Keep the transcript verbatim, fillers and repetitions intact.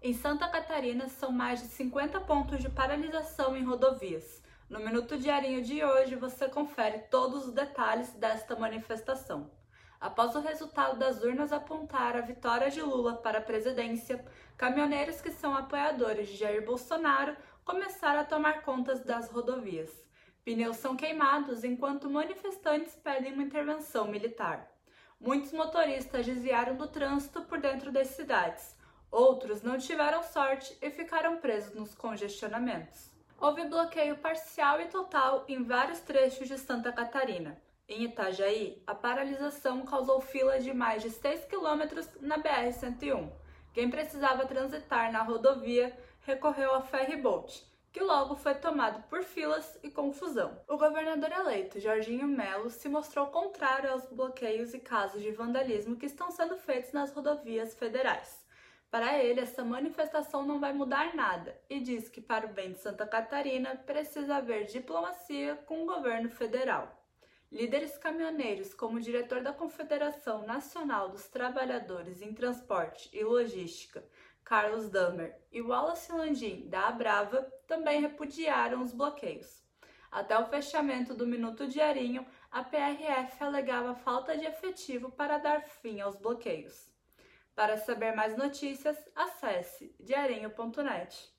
Em Santa Catarina, são mais de cinquenta pontos de paralisação em rodovias. No Minuto Diarinho de hoje, você confere todos os detalhes desta manifestação. Após o resultado das urnas apontar a vitória de Lula para a presidência, caminhoneiros que são apoiadores de Jair Bolsonaro começaram a tomar contas das rodovias. Pneus são queimados enquanto manifestantes pedem uma intervenção militar. Muitos motoristas desviaram do trânsito por dentro das cidades. Outros não tiveram sorte e ficaram presos nos congestionamentos. Houve bloqueio parcial e total em vários trechos de Santa Catarina. Em Itajaí, a paralisação causou fila de mais de seis quilômetros na B R cento e um. Quem precisava transitar na rodovia recorreu ao ferryboat, que logo foi tomado por filas e confusão. O governador eleito, Jorginho Melo, se mostrou contrário aos bloqueios e casos de vandalismo que estão sendo feitos nas rodovias federais. Para ele, essa manifestação não vai mudar nada e diz que, para o bem de Santa Catarina, precisa haver diplomacia com o governo federal. Líderes caminhoneiros, como o diretor da Confederação Nacional dos Trabalhadores em Transporte e Logística, Carlos Damer, e Wallace Landim, da Abrava, também repudiaram os bloqueios. Até o fechamento do Minuto Diarinho, a P R F alegava falta de efetivo para dar fim aos bloqueios. Para saber mais notícias, acesse diarinho ponto net.